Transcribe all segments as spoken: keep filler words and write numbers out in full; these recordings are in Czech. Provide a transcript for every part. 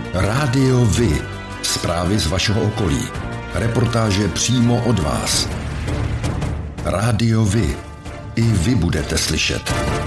Rádio Vy. Zprávy z vašeho okolí. Reportáže přímo od vás. Rádio Vy. I vy budete slyšet.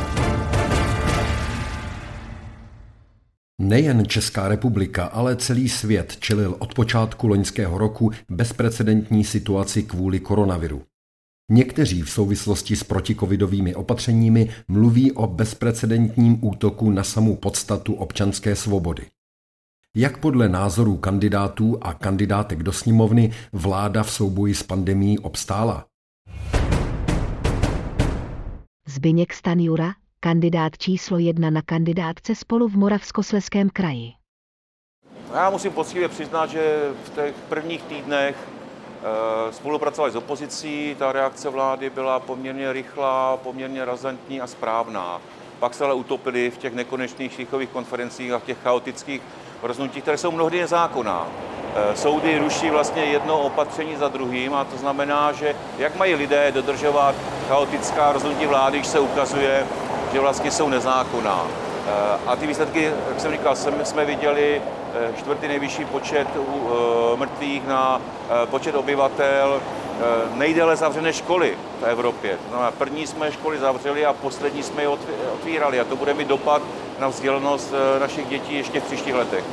Nejen Česká republika, ale celý svět čelil od počátku loňského roku bezprecedentní situaci kvůli koronaviru. Někteří v souvislosti s protikovidovými opatřeními mluví o bezprecedentním útoku na samu podstatu občanské svobody. Jak podle názorů kandidátů a kandidátek do sněmovny vláda v souboji s pandemií obstála? Zbyněk Stanjura, kandidát číslo jedna na kandidátce Spolu v Moravskoslezském kraji. Já musím poctivě přiznat, že v těch prvních týdnech e, spolupracovali s opozicí, ta reakce vlády byla poměrně rychlá, poměrně razantní a správná. Pak se ale utopili v těch nekonečných šichových konferencích a v těch chaotických rozhodnutích, které jsou mnohdy nezákonná. E, soudy ruší vlastně jedno opatření za druhým a to znamená, že jak mají lidé dodržovat chaotická rozhodnutí vlády, když se ukazuje, že vlastně jsou nezákonná. A ty výsledky, jak jsem říkal, jsme viděli čtvrtý nejvyšší počet mrtvých na počet obyvatel, nejdéle zavřené školy v Evropě. No a první jsme školy zavřeli a poslední jsme je otvírali a to bude mít dopad na vzdělanost našich dětí ještě v příštích letech.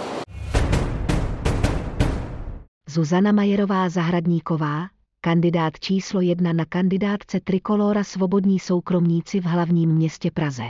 Zuzana Majerová Zahradníková, kandidát číslo jedna na kandidátce Trikolóra Svobodní soukromníci v hlavním městě Praze.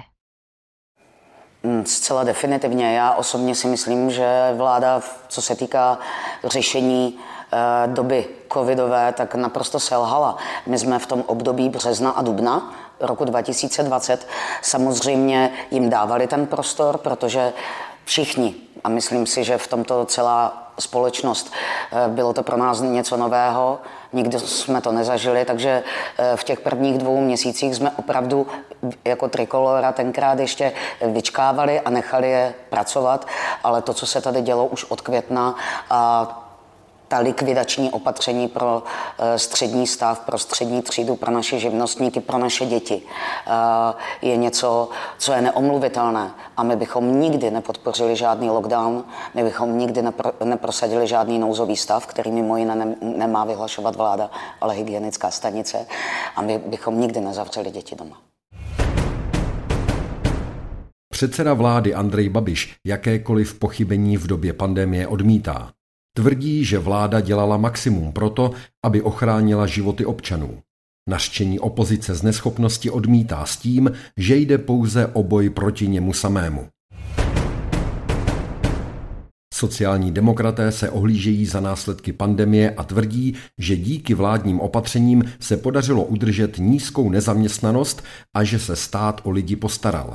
Zcela definitivně. Já osobně si myslím, že vláda, co se týká řešení eh, doby covidové, tak naprosto selhala. My jsme v tom období března a dubna roku dva tisíce dvacet samozřejmě jim dávali ten prostor, protože všichni, a myslím si, že v tomto celá společnost, bylo to pro nás něco nového, nikdy jsme to nezažili, takže v těch prvních dvou měsících jsme opravdu jako Trikolóra tenkrát ještě vyčkávali a nechali je pracovat, ale to, co se tady dělo už od května a ta likvidační opatření pro střední stav, pro střední třídu, pro naše živnostníky, pro naše děti je něco, co je neomluvitelné. A my bychom nikdy nepodpořili žádný lockdown, my bychom nikdy nepro, neprosadili žádný nouzový stav, který mimo jiné ne, nemá vyhlašovat vláda, ale hygienická stanice. A my bychom nikdy nezavřeli děti doma. Předseda vlády Andrej Babiš jakékoliv pochybení v době pandemie odmítá. Tvrdí, že vláda dělala maximum proto, aby ochránila životy občanů. Nařčení opozice z neschopnosti odmítá s tím, že jde pouze o boj proti němu samému. Sociální demokraté se ohlížejí za následky pandemie a tvrdí, že díky vládním opatřením se podařilo udržet nízkou nezaměstnanost a že se stát o lidi postaral.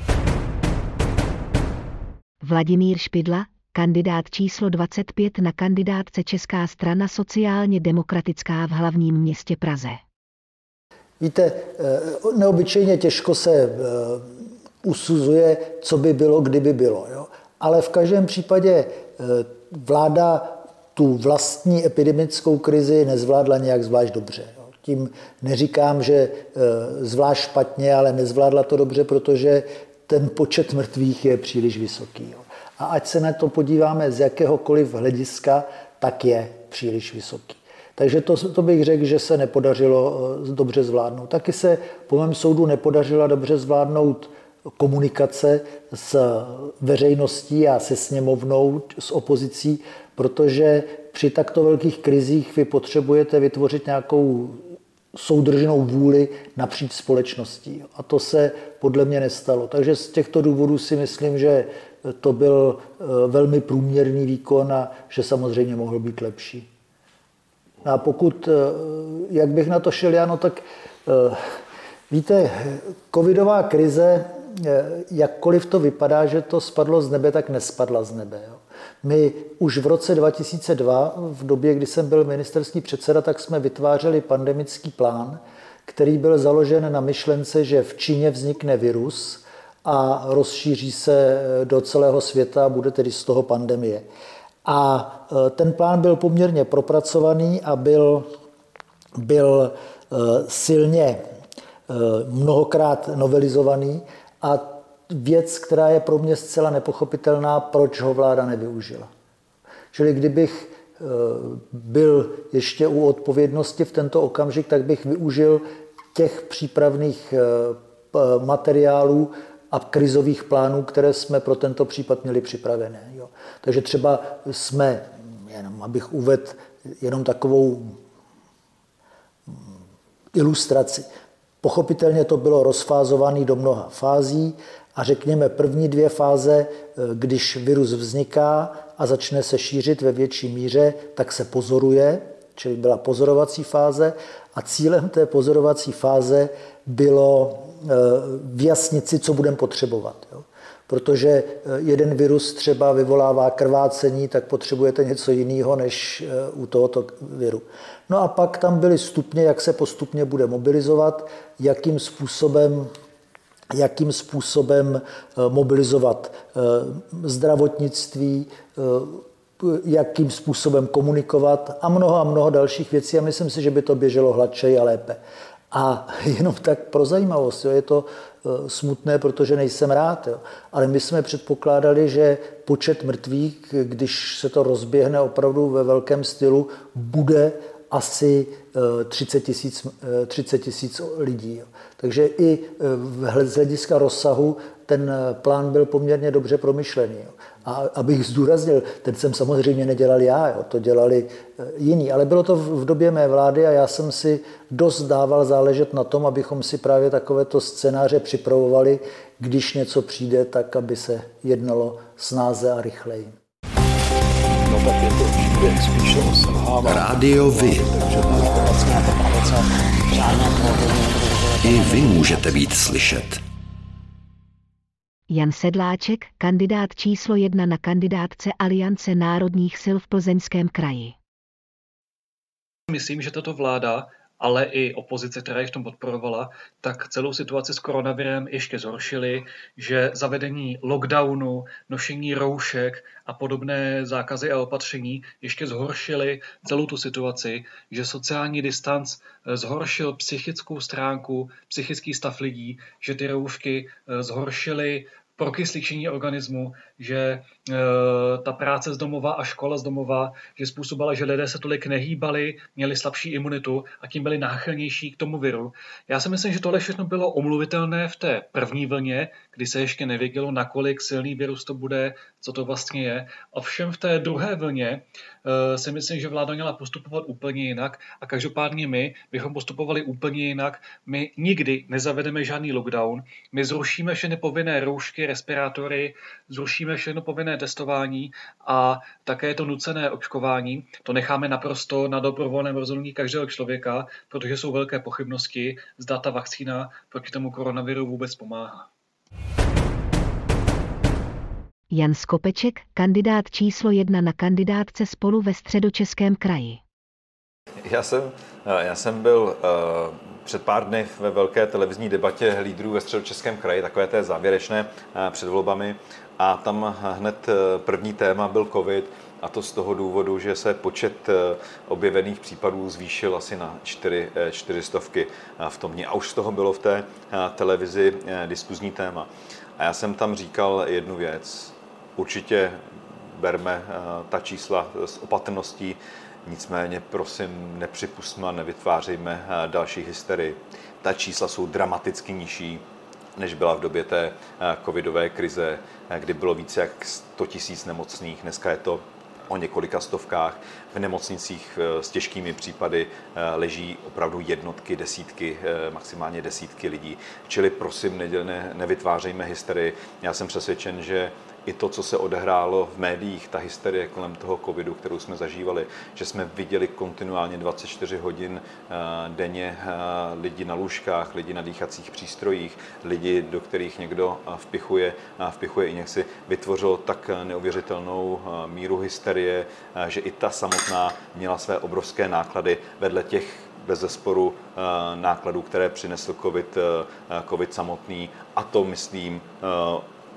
Vladimír Špidla, kandidát číslo dvacet pět na kandidátce Česká strana sociálně demokratická v hlavním městě Praze. Víte, neobyčejně těžko se usuzuje, co by bylo, kdyby bylo. Jo? Ale v každém případě vláda tu vlastní epidemickou krizi nezvládla nějak zvlášť dobře. Jo? Tím neříkám, že zvlášť špatně, ale nezvládla to dobře, protože ten počet mrtvých je příliš vysoký. Jo? A ať se na to podíváme z jakéhokoliv hlediska, tak je příliš vysoký. Takže to, to bych řekl, že se nepodařilo dobře zvládnout. Taky se po mém soudu nepodařila dobře zvládnout komunikace s veřejností a se sněmovnou, s opozicí, protože při takto velkých krizích vy potřebujete vytvořit nějakou soudržnou vůli napříč společností. A to se podle mě nestalo. Takže z těchto důvodů si myslím, že to byl velmi průměrný výkon a že samozřejmě mohl být lepší. A pokud, jak bych na to šel já, no tak víte, covidová krize, jakkoliv to vypadá, že to spadlo z nebe, tak nespadla z nebe. Jo. My už v roce dva tisíce dva, v době, kdy jsem byl ministerský předseda, tak jsme vytvářeli pandemický plán, který byl založen na myšlence, že v Číně vznikne virus a rozšíří se do celého světa a bude tedy z toho pandemie. A ten plán byl poměrně propracovaný a byl, byl silně mnohokrát novelizovaný a věc, která je pro mě zcela nepochopitelná, proč ho vláda nevyužila. Čili kdybych byl ještě u odpovědnosti v tento okamžik, tak bych využil těch přípravných materiálů a krizových plánů, které jsme pro tento případ měli připravené. Jo. Takže třeba jsme, jenom abych uvedl jenom takovou ilustraci. Pochopitelně to bylo rozfázované do mnoha fází a řekněme první dvě fáze, když virus vzniká a začne se šířit ve větší míře, tak se pozoruje, čili byla pozorovací fáze a cílem té pozorovací fáze bylo vyjasnit si, co budeme potřebovat. Jo. Protože jeden virus třeba vyvolává krvácení, tak potřebujete něco jiného než u tohoto viru. No a pak tam byly stupně, jak se postupně bude mobilizovat, jakým způsobem, jakým způsobem mobilizovat zdravotnictví, jakým způsobem komunikovat a mnoho a mnoho dalších věcí. A myslím si, že by to běželo hladčeji a lépe. A jenom tak pro zajímavost, jo, je to smutné, protože nejsem rád, jo. Ale my jsme předpokládali, že počet mrtvých, když se to rozběhne opravdu ve velkém stylu, bude asi třicet tisíc lidí. Jo. Takže i z hlediska rozsahu ten plán byl poměrně dobře promyšlený. Jo. A abych zdůraznil, ten jsem samozřejmě nedělal já, jo, to dělali jiní, ale bylo to v době mé vlády a já jsem si dost dával záležet na tom, abychom si právě takovéto scénáře připravovali, když něco přijde, tak aby se jednalo snáze a rychleji. No tak je to příběh spíše o selhávání. Rádio Vy. I vy můžete být slyšet. Jan Sedláček, kandidát číslo jedna na kandidátce Aliance národních sil v Plzeňském kraji. Myslím, že tato vláda, ale i opozice, která ji v tom podporovala, tak celou situaci s koronavirem ještě zhoršili, že zavedení lockdownu, nošení roušek a podobné zákazy a opatření ještě zhoršili celou tu situaci, že sociální distanc zhoršil psychickou stránku, psychický stav lidí, že ty roušky zhoršily prokysličení organismu, že e, ta práce z domova a škola z domova, že způsobila, že lidé se tolik nehýbali, měli slabší imunitu a tím byli náchylnější k tomu viru. Já si myslím, že tohle všechno bylo omluvitelné v té první vlně, kdy se ještě nevědělo, nakolik silný virus to bude, co to vlastně je. Ovšem v té druhé vlně e, si myslím, že vláda měla postupovat úplně jinak a každopádně my bychom postupovali úplně jinak. My nikdy nezavedeme žádný lockdown, my zrušíme všechny povinné roušky, respirátory, zrušíme všechno povinné testování a také to nucené očkování. To necháme naprosto na dobrovolném rozhodnutí každého člověka, protože jsou velké pochybnosti, zda ta vakcína proti tomu koronaviru vůbec pomáhá. Jan Skopeček, kandidát číslo jedna na kandidátce Spolu ve Středočeském kraji. Já jsem, já jsem byl uh, před pár dny ve velké televizní debatě lídrů ve Středočeském kraji, takové té závěrečné uh, před volbami, a tam hned první téma byl covid, a to z toho důvodu, že se počet objevených případů zvýšil asi na čtyři, čtyři stovky v tom dni. A už z toho bylo v té televizi diskuzní téma. A já jsem tam říkal jednu věc. Určitě berme ta čísla s opatrností, nicméně prosím nepřipustme a nevytvářejme další hysterii. Ta čísla jsou dramaticky nižší, než byla v době té covidové krize, kdy bylo více jak sto tisíc nemocných. Dneska je to o několika stovkách. V nemocnicích s těžkými případy leží opravdu jednotky, desítky, maximálně desítky lidí. Čili prosím, ne, nevytvářejme hysterii. Já jsem přesvědčen, že i to, co se odehrálo v médiích, ta hysterie kolem toho covidu, kterou jsme zažívali, že jsme viděli kontinuálně dvacet čtyři hodin denně lidi na lůžkách, lidi na dýchacích přístrojích, lidi, do kterých někdo vpichuje, vpichuje injekci, vytvořilo tak neuvěřitelnou míru hysterie, že i ta samotná měla své obrovské náklady vedle těch bezesporu nákladů, které přinesl COVID, COVID samotný, a to myslím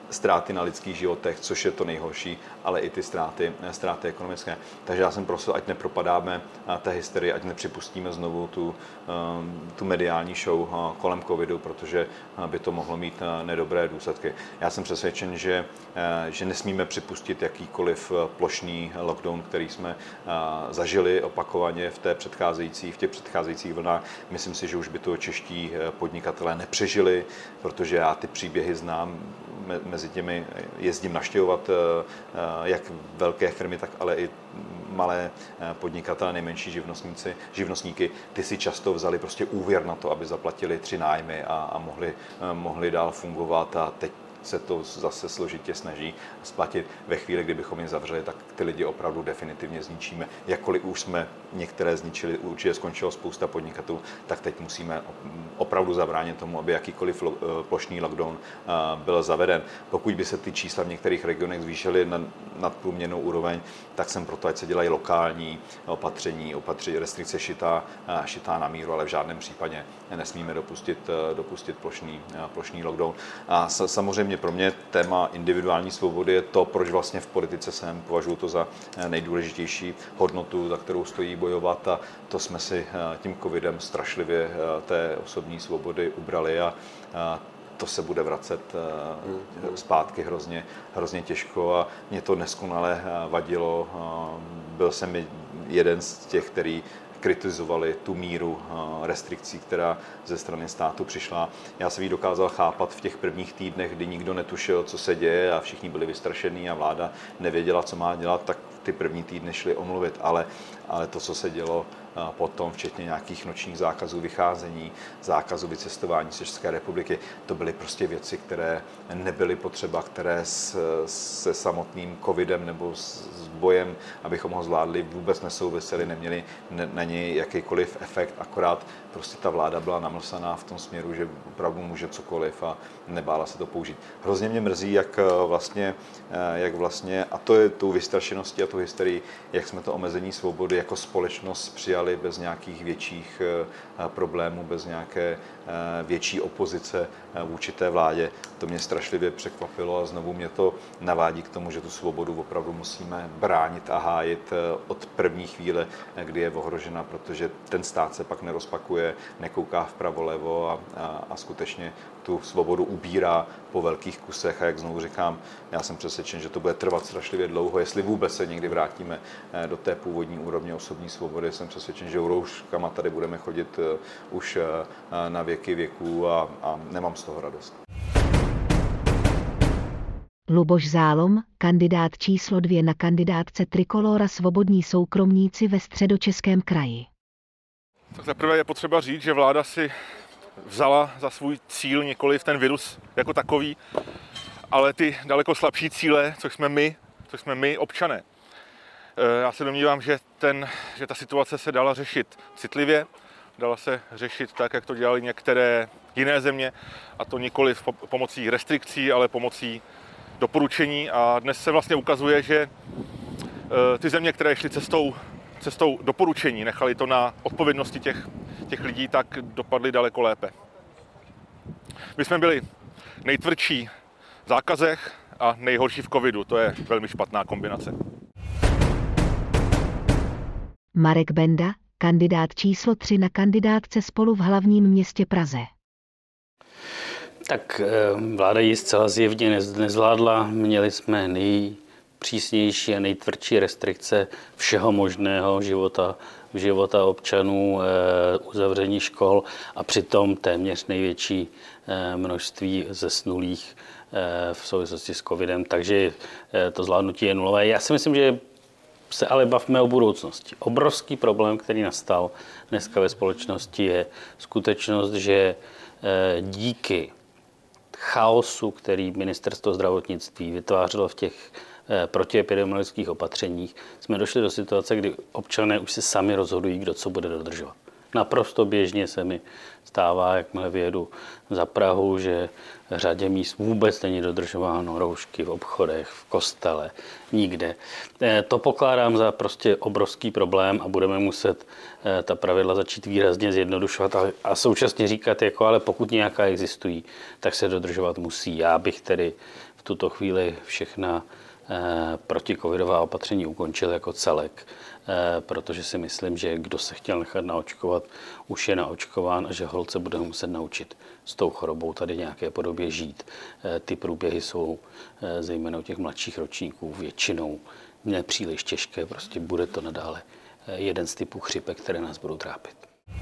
ztráty na lidských životech, což je to nejhorší, ale i ty ztráty, ztráty ekonomické. Takže já jsem prosil, ať nepropadáme té hysterii, ať nepřipustíme znovu tu, tu mediální show kolem covidu, protože by to mohlo mít nedobré důsledky. Já jsem přesvědčen, že, že nesmíme připustit jakýkoliv plošný lockdown, který jsme zažili opakovaně v té předcházející, v těch předcházejících vlnách. Myslím si, že už by to čeští podnikatelé nepřežili, protože já ty příběhy znám, mezi těmi jezdím navštěvovat jak velké firmy, tak ale i malé podnikatele, nejmenší živnostníci, živnostníky. Ty si často vzali prostě úvěr na to, aby zaplatili tři nájmy a, a mohli, mohli dál fungovat a teď se to zase složitě snaží splatit. Ve chvíli, kdybychom je zavřeli, tak ty lidi opravdu definitivně zničíme. Jakkoliv už jsme některé zničili, určitě skončilo spousta podnikatelů, tak teď musíme opravdu zabránit tomu, aby jakýkoliv plošný lockdown byl zaveden. Pokud by se ty čísla v některých regionech zvýšily na nadprůměrnou úroveň, tak jsem proto, ať se dělají lokální opatření, opatření restrikce šitá, šitá na míru, ale v žádném případě nesmíme dopustit, dopustit plošný, plošný lockdown. A samozřejmě pro mě téma individuální svobody je to, proč vlastně v politice jsem, považuji to za nejdůležitější hodnotu, za kterou stojí bojovat, a to jsme si tím covidem strašlivě té osobní svobody ubrali a to se bude vracet zpátky hrozně, hrozně těžko a mě to neskonale vadilo. Byl jsem jeden z těch, který kritizovali tu míru restrikcí, která ze strany státu přišla. Já jsem ji dokázal chápat v těch prvních týdnech, kdy nikdo netušil, co se děje a všichni byli vystrašení a vláda nevěděla, co má dělat, tak ty první týdny šly omluvit, ale, ale to, co se dělo potom, včetně nějakých nočních zákazů vycházení, zákazů vycestování z České republiky, to byly prostě věci, které nebyly potřeba, které s, se samotným covidem nebo s, s bojem, abychom ho zvládli, vůbec nesouvisely, neměli ne, na něj jakýkoliv efekt, akorát prostě ta vláda byla namlsaná v tom směru, že opravdu může cokoliv a nebála se to použít. Hrozně mě mrzí, jak vlastně, jak vlastně a to je tou vystrašeností a tou hysterii, jak jsme to omezení svobody jako společnost přijali bez nějakých větších problémů, bez nějaké větší opozice vůči té vládě. To mě strašlivě překvapilo a znovu mě to navádí k tomu, že tu svobodu opravdu musíme bránit a hájit od první chvíle, kdy je ohrožena, protože ten stát se pak nerozpakuje, nekouká vpravo levo a, a, a skutečně tu svobodu ubírá po velkých kusech a jak znovu říkám, já jsem přesvědčen, že to bude trvat strašlivě dlouho, jestli vůbec se někdy vrátíme do té původní úrovně osobní svobody, jsem přesvědčen, že rouškama tady budeme chodit už na věky věků a, a nemám z toho radost. Luboš Zálom, kandidát číslo dvě na kandidátce Trikolóra Svobodní soukromníci ve Středočeském kraji. Tak zaprvé je potřeba říct, že vláda si vzala za svůj cíl nikoliv ten virus jako takový, ale ty daleko slabší cíle, což jsme my, což jsme my občané. Já se domnívám, že, ten, že ta situace se dala řešit citlivě, dala se řešit tak, jak to dělali některé jiné země, a to nikoliv pomocí restrikcí, ale pomocí doporučení. A dnes se vlastně ukazuje, že ty země, které šly cestou, cestou doporučení, nechali to na odpovědnosti těch, těch lidí, tak dopadly daleko lépe. My jsme byli nejtvrdší v zákazech a nejhorší v covidu. To je velmi špatná kombinace. Marek Benda, kandidát číslo tři na kandidátce Spolu v hlavním městě Praze. Tak vláda ji zcela zjevně nezvládla. Měli jsme nejpřísnější a nejtvrdší restrikce všeho možného života, života občanů, uzavření škol a přitom téměř největší množství zesnulých v souvislosti s covidem. Takže to zvládnutí je nulové. Já si myslím, že se ale bavme o budoucnosti. Obrovský problém, který nastal dneska ve společnosti, je skutečnost, že díky chaosu, který ministerstvo zdravotnictví vytvářelo v těch protiepidemiologických opatřeních, jsme došli do situace, kdy občané už se sami rozhodují, kdo co bude dodržovat. Naprosto běžně se mi stává, jakmile vyjedu za Prahu, že v řadě míst vůbec není dodržováno roušky v obchodech, v kostele, nikde. To pokládám za prostě obrovský problém a budeme muset ta pravidla začít výrazně zjednodušovat a současně říkat, jako ale pokud nějaká existují, tak se dodržovat musí. Já bych tedy v tuto chvíli všechna protikovidová opatření ukončil jako celek, protože si myslím, že kdo se chtěl nechat naočkovat, už je naočkován a že holt se bude muset naučit s tou chorobou tady nějaké podobě žít. Ty průběhy jsou zejména u těch mladších ročníků většinou nepříliš těžké, prostě bude to nadále jeden z typů chřipek, které nás budou trápit.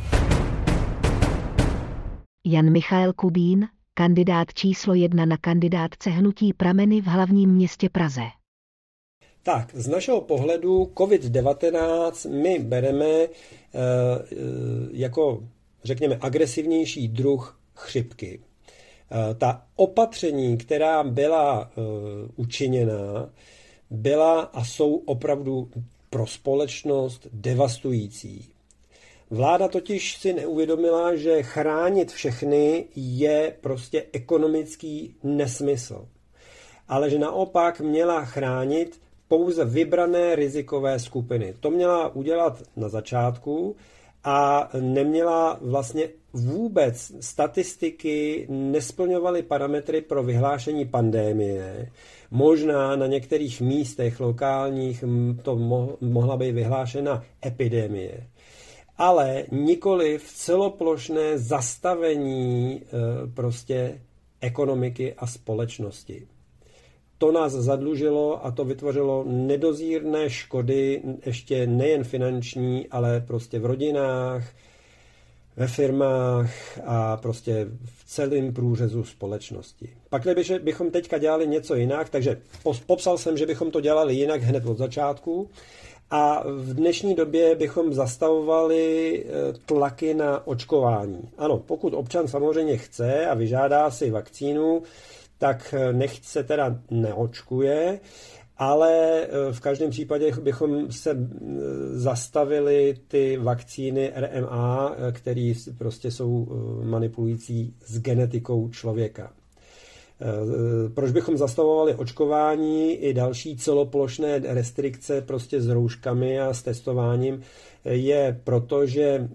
Jan Michael Kubín, kandidát číslo jedna na kandidátce hnutí Prameny v hlavním městě Praze. Tak, z našeho pohledu covid devatenáct my bereme e, e, jako, řekněme, agresivnější druh chřipky. E, ta opatření, která byla e, učiněna, byla a jsou opravdu pro společnost devastující. Vláda totiž si neuvědomila, že chránit všechny je prostě ekonomický nesmysl. Ale že naopak měla chránit pouze vybrané rizikové skupiny. To měla udělat na začátku a neměla vlastně vůbec statistiky, nesplňovaly parametry pro vyhlášení pandémie. Možná na některých místech lokálních to mohla být vyhlášena epidemie. Ale nikoli v celoplošné zastavení prostě ekonomiky a společnosti. To nás zadlužilo a to vytvořilo nedozírné škody, ještě nejen finanční, ale prostě v rodinách, ve firmách a prostě v celém průřezu společnosti. Pak bychom teďka dělali něco jinak, takže popsal jsem, že bychom to dělali jinak hned od začátku. A v dnešní době bychom zastavovali tlaky na očkování. Ano, pokud občan samozřejmě chce a vyžádá si vakcínu, tak nechť se teda neočkuje, ale v každém případě bychom se zastavili ty vakcíny R M A, které prostě jsou manipulující s genetikou člověka. Proč bychom zastavovali očkování i další celoplošné restrikce prostě s rouškami a s testováním, je proto, že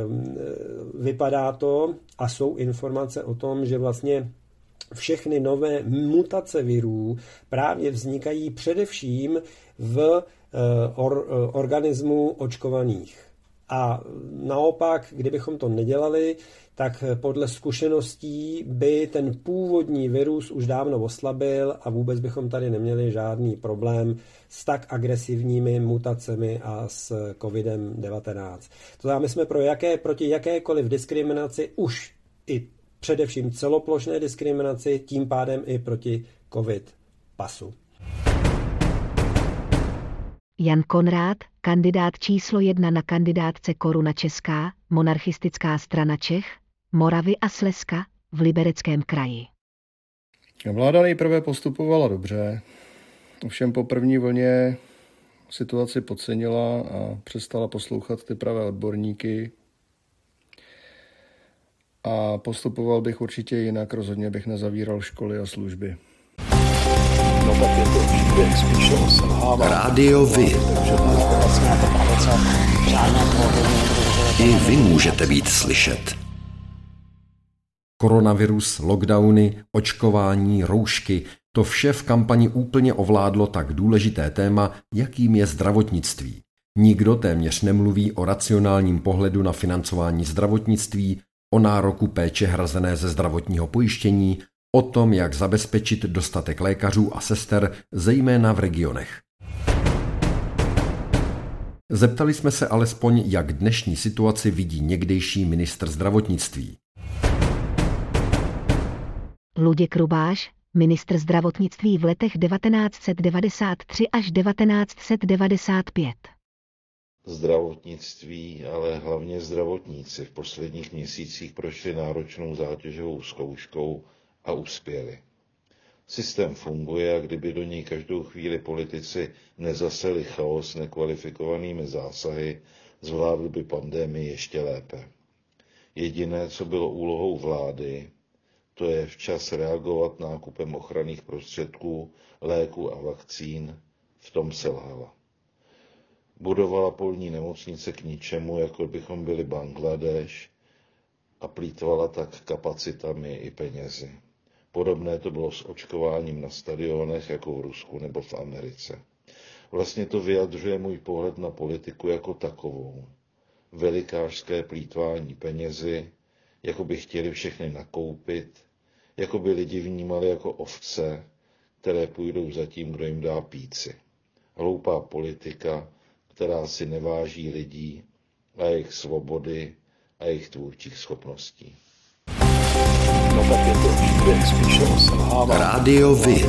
vypadá to a jsou informace o tom, že vlastně všechny nové mutace virů právě vznikají především v or, organismu očkovaných. A naopak, kdybychom to nedělali, tak podle zkušeností by ten původní virus už dávno oslabil a vůbec bychom tady neměli žádný problém s tak agresivními mutacemi a s covidem devatenáct. To znamená, my jsme pro jaké, proti jakékoliv diskriminaci už i především celoplošné diskriminaci, tím pádem i proti covid pasu. Jan Konrád, kandidát číslo jedna na kandidátce Koruna Česká, monarchistická strana Čech, Moravy a Slezska v Libereckém kraji. Vláda nejprve postupovala dobře, ovšem po první vlně situaci podcenila a přestala poslouchat ty pravé odborníky. A postupoval bych určitě jinak, rozhodně bych nezavíral školy a služby. No tak je to příběh spíš o selhávání. Rádio Vy. I vy můžete být slyšet. Koronavirus, lockdowny, očkování, roušky, to vše v kampani úplně ovládlo tak důležité téma, jakým je zdravotnictví. Nikdo téměř nemluví o racionálním pohledu na financování zdravotnictví, o nároku péče hrazené ze zdravotního pojištění, o tom, jak zabezpečit dostatek lékařů a sester, zejména v regionech. Zeptali jsme se alespoň, jak dnešní situaci vidí někdejší ministr zdravotnictví. Luděk Rubáš, ministr zdravotnictví v letech devatenáct set devadesát tři až devatenáct set devadesát pět. Zdravotnictví, ale hlavně zdravotníci v posledních měsících prošli náročnou zátěžovou zkouškou a uspěli. Systém funguje a kdyby do něj každou chvíli politici nezaseli chaos nekvalifikovanými zásahy, zvládli by pandemii ještě lépe. Jediné, co bylo úlohou vlády, to je včas reagovat nákupem ochranných prostředků, léků a vakcín, v tom selhala. Budovala polní nemocnice k ničemu, jako bychom byli Bangladeš, a plýtvala tak kapacitami i penězi. Podobné to bylo s očkováním na stadionech jako v Rusku nebo v Americe. Vlastně to vyjadřuje můj pohled na politiku jako takovou. Velikářské plýtvání penězi, jako by chtěli všechny nakoupit, jako by lidi vnímali jako ovce, které půjdou za tím, kdo jim dá píci. Hloupá politika, která si neváží lidí a jejich svobody a jejich tvůrčích schopností. No tak je to příběh spíše o selhávání. Rádio Vy.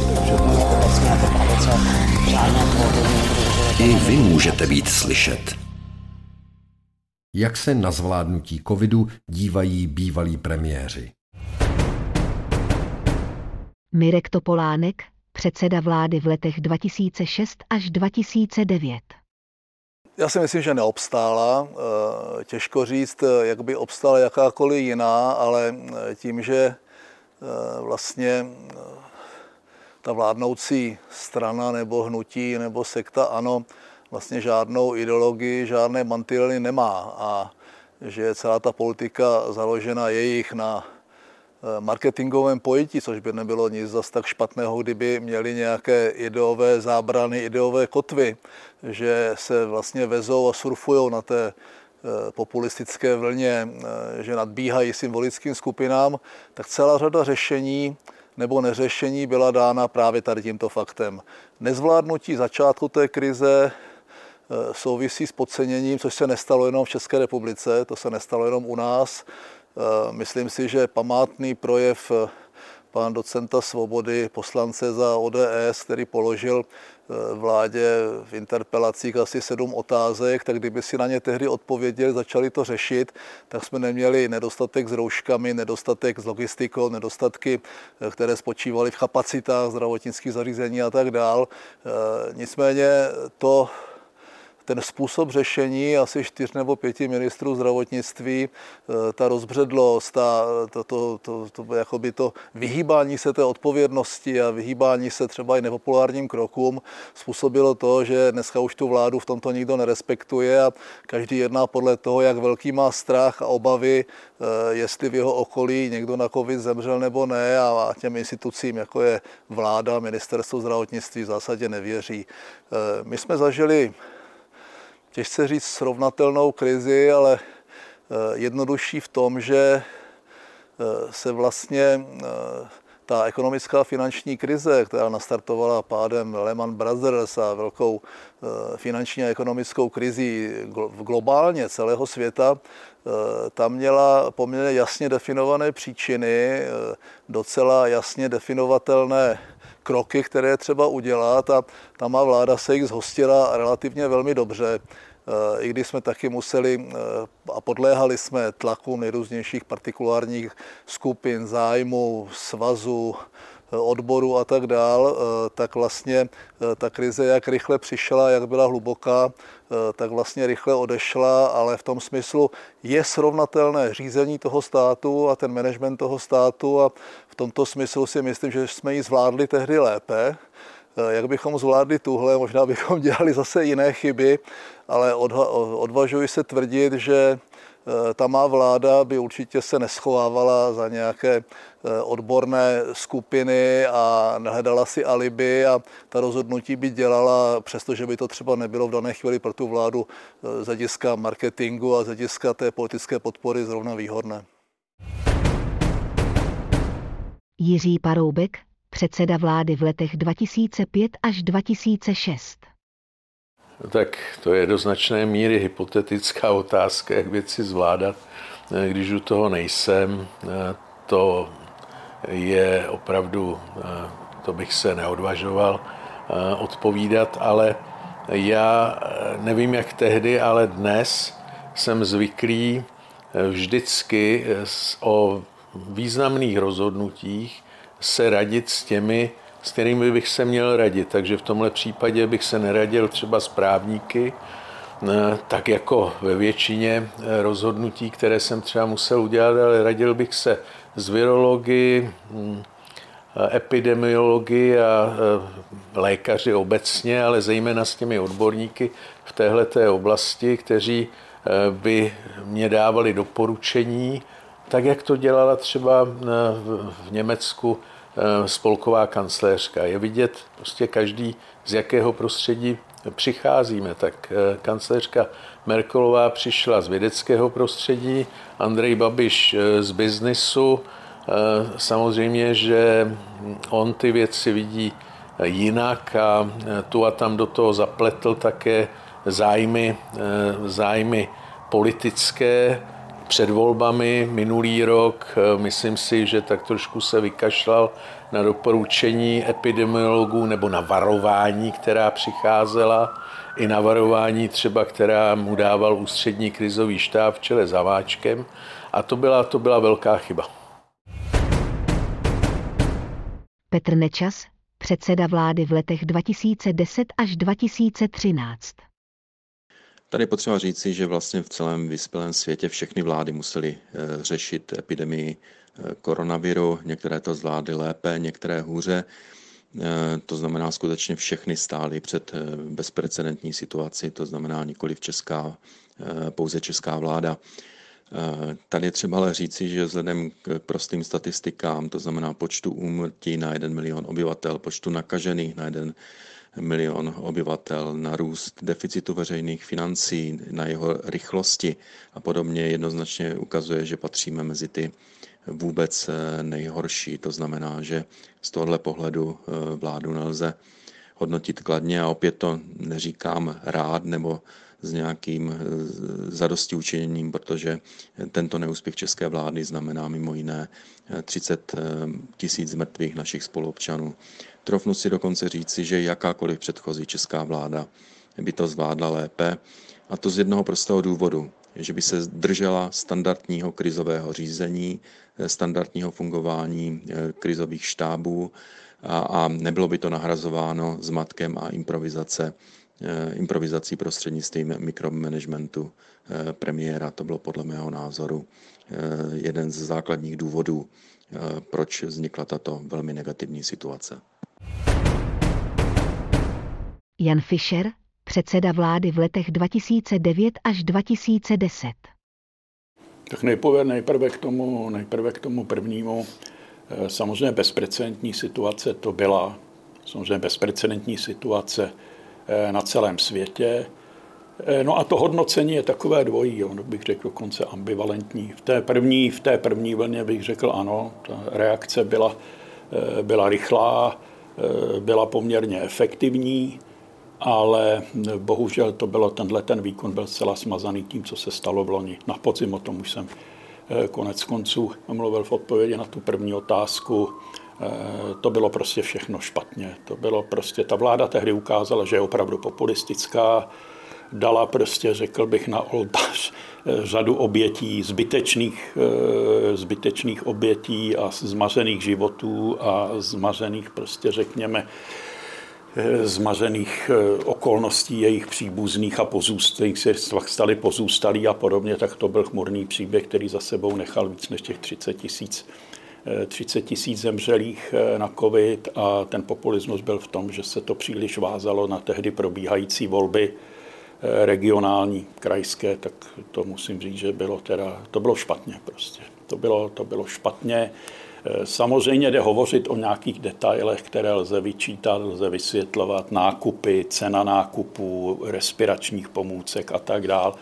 I vy můžete být slyšet. Jak se na zvládnutí covidu dívají bývalí premiéři? Mirek Topolánek, předseda vlády v letech dva tisíce šest až dva tisíce devět. Já si myslím, že neobstála. Těžko říct, jak by obstála jakákoliv jiná, ale tím, že vlastně ta vládnoucí strana nebo hnutí nebo sekta ANO vlastně žádnou ideologii, žádné mantinely nemá a že je celá ta politika založena jejich na marketingovém pojetí, což by nebylo nic zas tak špatného, kdyby měli nějaké ideové zábrany, ideové kotvy, že se vlastně vezou a surfujou na té populistické vlně, že nadbíhají symbolickým skupinám, tak celá řada řešení nebo neřešení byla dána právě tady tímto faktem. Nezvládnutí začátku té krize souvisí s podceněním, což se nestalo jenom v České republice, to se nestalo jenom u nás. Myslím si, že památný projev pana docenta Svobody, poslance za O D S, který položil vládě v interpelacích asi sedm otázek, tak kdyby si na ně tehdy odpověděli, začali to řešit, tak jsme neměli nedostatek s rouškami, nedostatek s logistikou, nedostatky, které spočívaly v kapacitách zdravotnických zařízení a tak dál. Nicméně to ten způsob řešení asi čtyř nebo pěti ministrů zdravotnictví, ta rozbředlost, ta, to, to, to, to, jakoby to vyhýbání se té odpovědnosti a vyhýbání se třeba i nepopulárním krokům způsobilo to, že dneska už tu vládu v tomto nikdo nerespektuje a každý jedná podle toho, jak velký má strach a obavy, jestli v jeho okolí někdo na covid zemřel nebo ne a těm institucím, jako je vláda, ministerstvo zdravotnictví, v zásadě nevěří. My jsme zažili těžce říct srovnatelnou krizi, ale jednodušší v tom, že se vlastně ta ekonomická finanční krize, která nastartovala pádem Lehman Brothers a velkou finanční a ekonomickou krizi globálně celého světa, tam měla poměrně jasně definované příčiny, docela jasně definovatelné kroky, které třeba udělat a ta má vláda se jich zhostila relativně velmi dobře. I když jsme taky museli a podléhali jsme tlaku nejrůznějších partikulárních skupin, zájmů, svazů, odborů a tak dál, tak vlastně ta krize, jak rychle přišla, jak byla hluboká, tak vlastně rychle odešla, ale v tom smyslu je srovnatelné řízení toho státu a ten management toho státu a v tomto smyslu si myslím, že jsme ji zvládli tehdy lépe. Jak bychom zvládli tuhle, možná bychom dělali zase jiné chyby, ale odvažuji se tvrdit, že ta má vláda by určitě se neschovávala za nějaké odborné skupiny a nehledala si alibi a ta rozhodnutí by dělala, přestože by to třeba nebylo v dané chvíli pro tu vládu z hlediska marketingu a z hlediska té politické podpory zrovna výhodné. Jiří Paroubek, předseda vlády v letech dva tisíce pět až dva tisíce šest. Tak to je do značné míry hypotetická otázka, jak věci zvládat, když u toho nejsem. To je opravdu, to bych se neodvažoval odpovídat, ale já nevím, jak tehdy, ale dnes jsem zvyklý vždycky o významných rozhodnutích se radit s těmi, s kterými bych se měl radit. Takže v tomhle případě bych se neradil třeba s právníky, tak jako ve většině rozhodnutí, které jsem třeba musel udělat, ale radil bych se s virology, epidemiology a lékaři obecně, ale zejména s těmi odborníky v téhleté oblasti, kteří by mě dávali doporučení, tak jak to dělala třeba v Německu spolková kancléřka. Je vidět prostě každý, z jakého prostředí přicházíme. Tak kancléřka Merkelová přišla z vědeckého prostředí, Andrej Babiš z biznisu. Samozřejmě, že on ty věci vidí jinak a tu a tam do toho zapletl také zájmy, zájmy politické. Před volbami minulý rok, myslím si, že tak trošku se vykašlal na doporučení epidemiologů nebo na varování, která přicházela, i na varování třeba, která mu dával ústřední krizový štáb v čele s Hamáčkem. A to byla, to byla velká chyba. Petr Nečas, předseda vlády v letech dva tisíce deset až dva tisíce třináct. Tady je potřeba říci, že vlastně v celém vyspělém světě všechny vlády musely řešit epidemii koronaviru. Některé to zvládly lépe, některé hůře. To znamená, skutečně všechny stály před bezprecedentní situaci, to znamená nikoliv česká, pouze česká vláda. Tady je třeba ale říci, že vzhledem k prostým statistikám, to znamená počtu úmrtí na jeden milion obyvatel, počtu nakažených na jeden milion obyvatel, na růst deficitu veřejných financí, na jeho rychlosti a podobně, jednoznačně ukazuje, že patříme mezi ty vůbec nejhorší. To znamená, že z tohohle pohledu vládu nelze hodnotit kladně a opět to neříkám rád nebo s nějakým zadostiučiněním, protože tento neúspěch české vlády znamená mimo jiné třicet tisíc mrtvých našich spoluobčanů. Trofnu si dokonce říci, že jakákoliv předchozí česká vláda by to zvládla lépe, a to z jednoho prostého důvodu, že by se držela standardního krizového řízení, standardního fungování krizových štábů a, a nebylo by to nahrazováno zmatkem a improvizace improvizací prostřednictvím mikromanagementu premiéra. To bylo podle mého názoru jeden z základních důvodů, proč vznikla tato velmi negativní situace. Jan Fischer, předseda vlády v letech dva tisíce devět až dva tisíce deset. Tak nejprve, nejprve, k tomu, nejprve k tomu prvnímu. Samozřejmě bezprecedentní situace to byla. Samozřejmě bezprecedentní situace na celém světě. No a to hodnocení je takové dvojí, ono bych řekl dokonce ambivalentní. V té první, v té první vlně bych řekl ano, ta reakce byla, byla rychlá, byla poměrně efektivní, ale bohužel to bylo, tenhle ten výkon byl zcela smazaný tím, co se stalo v loni. Na podzim o tom už jsem konec konců mluvil v odpovědi na tu první otázku. To bylo prostě všechno špatně. To bylo prostě, ta vláda tehdy ukázala, že je opravdu populistická, dala prostě, řekl bych, na oltář řadu obětí, zbytečných, zbytečných obětí a zmařených životů a zmařených prostě, řekněme, zmařených okolností jejich příbuzných a pozůstalých se stali pozůstalí a podobně, tak to byl chmurný příběh, který za sebou nechal víc než těch třicet tisíc třicet tisíc zemřelých na covid a ten populismus byl v tom, že se to příliš vázalo na tehdy probíhající volby regionální, krajské, tak to musím říct, že bylo teda, to bylo špatně prostě. To bylo, to bylo špatně. Samozřejmě jde hovořit o nějakých detailech, které lze vyčítat, lze vysvětlovat, nákupy, cena nákupů, respiračních pomůcek a tak dál.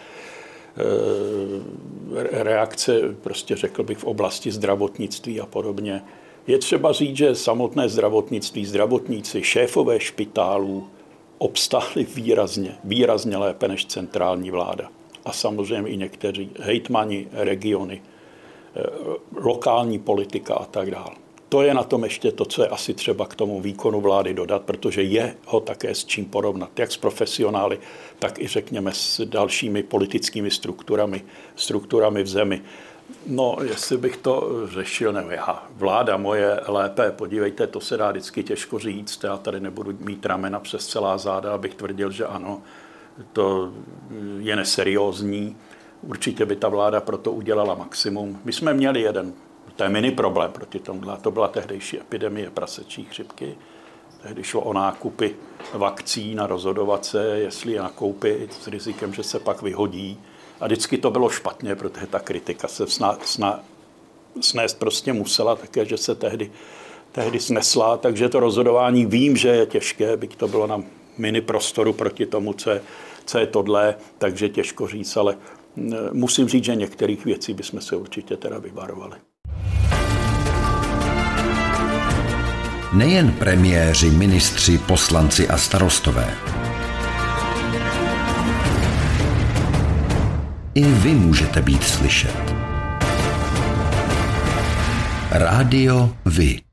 Reakce, prostě řekl bych, v oblasti zdravotnictví a podobně. Je třeba říct, že samotné zdravotnictví, zdravotníci, šéfové špitálů obstáli výrazně, výrazně lépe než centrální vláda. A samozřejmě i někteří hejtmani, regiony, lokální politika a tak dále. To je na tom ještě to, co je asi třeba k tomu výkonu vlády dodat, protože je ho také s čím porovnat, jak s profesionály, tak i řekněme s dalšími politickými strukturami, strukturami v zemi. No, jestli bych to řešil, nevím, já, vláda moje lépe, podívejte, to se dá vždycky těžko říct, já tady nebudu mít ramena přes celá záda, abych tvrdil, že ano, to je neseriózní. Určitě by ta vláda proto udělala maximum. My jsme měli jeden, to je mini problém proti tomuhle, to byla tehdejší epidemie prasečí chřipky. Tehdy šlo o nákupy vakcín a rozhodovat se, jestli je nakoupit s rizikem, že se pak vyhodí. A vždycky to bylo špatně, protože ta kritika se sna, sna, snést prostě musela také, že se tehdy tehdy snesla, takže to rozhodování vím, že je těžké, byť to bylo na mini prostoru proti tomu, co je, co je tohle, takže těžko říct, ale musím říct, že některých věcí bychom se určitě teda vyvarovali. Nejen premiéři, ministři, poslanci a starostové. I vy můžete být slyšet. Rádio Vy.